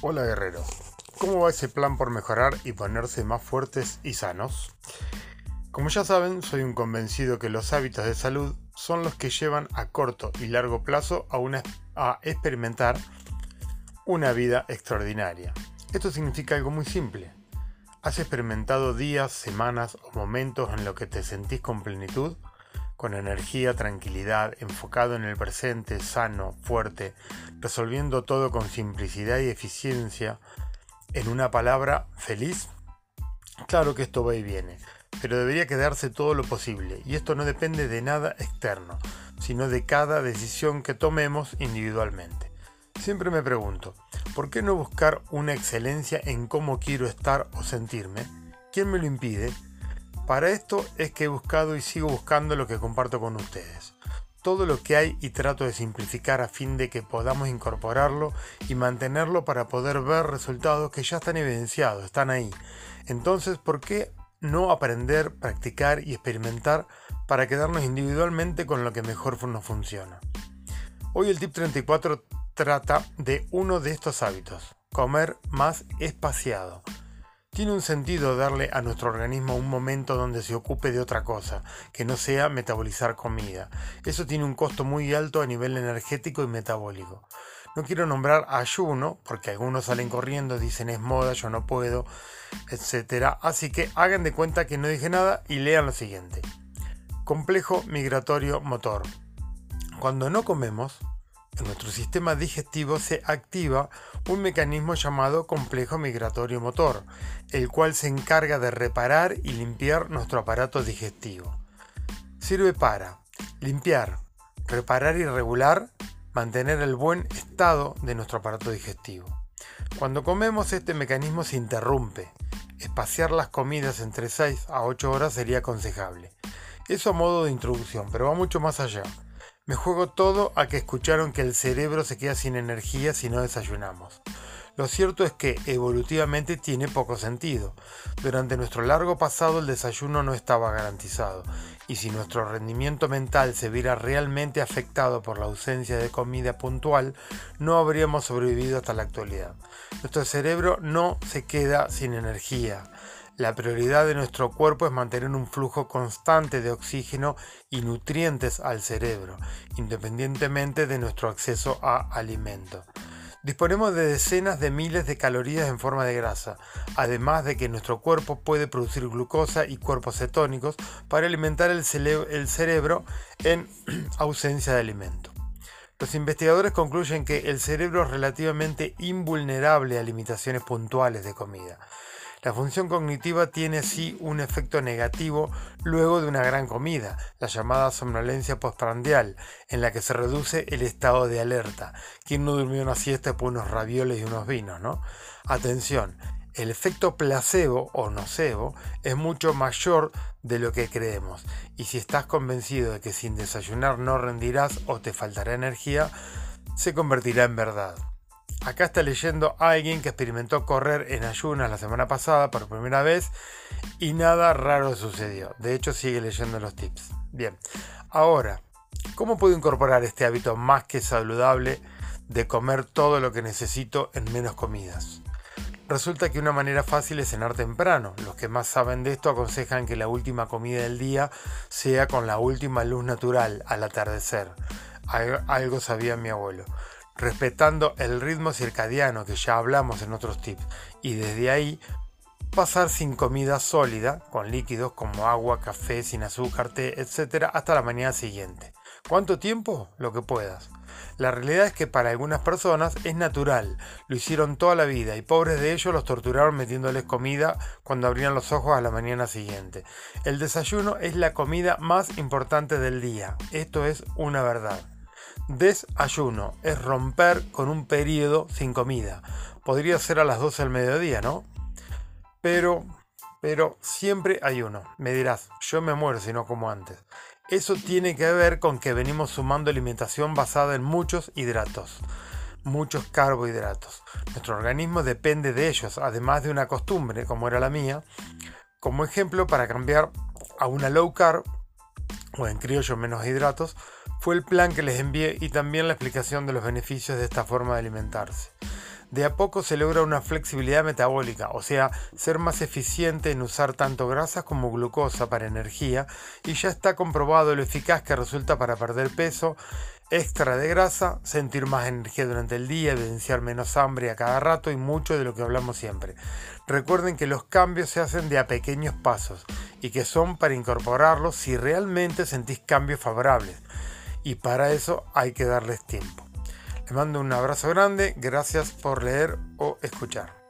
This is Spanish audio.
Hola guerreros, ¿cómo va ese plan por mejorar y ponerse más fuertes y sanos? Como ya saben, soy un convencido que los hábitos de salud son los que llevan a corto y largo plazo a experimentar una vida extraordinaria. Esto significa algo muy simple. ¿Has experimentado días, semanas o momentos en los que te sentís con plenitud? Con energía, tranquilidad, enfocado en el presente, sano, fuerte, resolviendo todo con simplicidad y eficiencia, en una palabra, feliz. Claro que esto va y viene, pero debería quedarse todo lo posible, y esto no depende de nada externo, sino de cada decisión que tomemos individualmente. Siempre me pregunto, ¿por qué no buscar una excelencia en cómo quiero estar o sentirme? ¿Quién me lo impide? Para esto es que he buscado y sigo buscando lo que comparto con ustedes. Todo lo que hay y trato de simplificar a fin de que podamos incorporarlo y mantenerlo para poder ver resultados que ya están evidenciados, están ahí. Entonces, ¿por qué no aprender, practicar y experimentar para quedarnos individualmente con lo que mejor nos funciona? Hoy el tip 34 trata de uno de estos hábitos, comer más espaciado. Tiene un sentido darle a nuestro organismo un momento donde se ocupe de otra cosa, que no sea metabolizar comida. Eso tiene un costo muy alto a nivel energético y metabólico. No quiero nombrar ayuno, porque algunos salen corriendo, dicen es moda, yo no puedo, etc. Así que hagan de cuenta que no dije nada y lean lo siguiente. Complejo migratorio motor. Cuando no comemos, en nuestro sistema digestivo se activa un mecanismo llamado complejo migratorio motor, el cual se encarga de reparar y limpiar nuestro aparato digestivo. Sirve para limpiar, reparar y regular, mantener el buen estado de nuestro aparato digestivo. Cuando comemos, este mecanismo se interrumpe. Espaciar las comidas entre 6 a 8 horas sería aconsejable. Eso a modo de introducción, pero va mucho más allá. Me juego todo a que escucharon que el cerebro se queda sin energía si no desayunamos. Lo cierto es que evolutivamente tiene poco sentido. Durante nuestro largo pasado el desayuno no estaba garantizado, y si nuestro rendimiento mental se viera realmente afectado por la ausencia de comida puntual, no habríamos sobrevivido hasta la actualidad. Nuestro cerebro no se queda sin energía. La prioridad de nuestro cuerpo es mantener un flujo constante de oxígeno y nutrientes al cerebro, independientemente de nuestro acceso a alimentos. Disponemos de decenas de miles de calorías en forma de grasa, además de que nuestro cuerpo puede producir glucosa y cuerpos cetónicos para alimentar el cerebro en ausencia de alimento. Los investigadores concluyen que el cerebro es relativamente invulnerable a limitaciones puntuales de comida. La función cognitiva tiene así un efecto negativo luego de una gran comida, la llamada somnolencia postprandial, en la que se reduce el estado de alerta. ¿Quién no durmió una siesta por unos ravioles y unos vinos, no? Atención, el efecto placebo o nocebo es mucho mayor de lo que creemos, y si estás convencido de que sin desayunar no rendirás o te faltará energía, se convertirá en verdad. Acá está leyendo a alguien que experimentó correr en ayunas la semana pasada por primera vez y nada raro sucedió. De hecho, sigue leyendo los tips. Bien, ahora, ¿cómo puedo incorporar este hábito más que saludable de comer todo lo que necesito en menos comidas? Resulta que una manera fácil es cenar temprano. Los que más saben de esto aconsejan que la última comida del día sea con la última luz natural al atardecer. Algo sabía mi abuelo. Respetando el ritmo circadiano que ya hablamos en otros tips, y desde ahí pasar sin comida sólida, con líquidos como agua, café, sin azúcar, té, etc. hasta la mañana siguiente. ¿Cuánto tiempo? Lo que puedas. La realidad es que para algunas personas es natural, lo hicieron toda la vida y pobres de ellos los torturaron metiéndoles comida cuando abrían los ojos a la mañana siguiente. El desayuno es la comida más importante del día, esto es una verdad. Desayuno es romper con un periodo sin comida. Podría ser a las 12 del mediodía, ¿no? Pero siempre hay uno. Me dirás, yo me muero si no como antes. Eso tiene que ver con que venimos sumando alimentación basada en muchos hidratos, muchos carbohidratos. Nuestro organismo depende de ellos, además de una costumbre, como era la mía. Como ejemplo, para cambiar a una low carb, o en criollo menos hidratos, fue el plan que les envié y también la explicación de los beneficios de esta forma de alimentarse. De a poco se logra una flexibilidad metabólica, o sea, ser más eficiente en usar tanto grasas como glucosa para energía, y ya está comprobado lo eficaz que resulta para perder peso extra de grasa, sentir más energía durante el día, evidenciar menos hambre a cada rato y mucho de lo que hablamos siempre. Recuerden que los cambios se hacen de a pequeños pasos y que son para incorporarlos si realmente sentís cambios favorables. Y para eso hay que darles tiempo. Les mando un abrazo grande, gracias por leer o escuchar.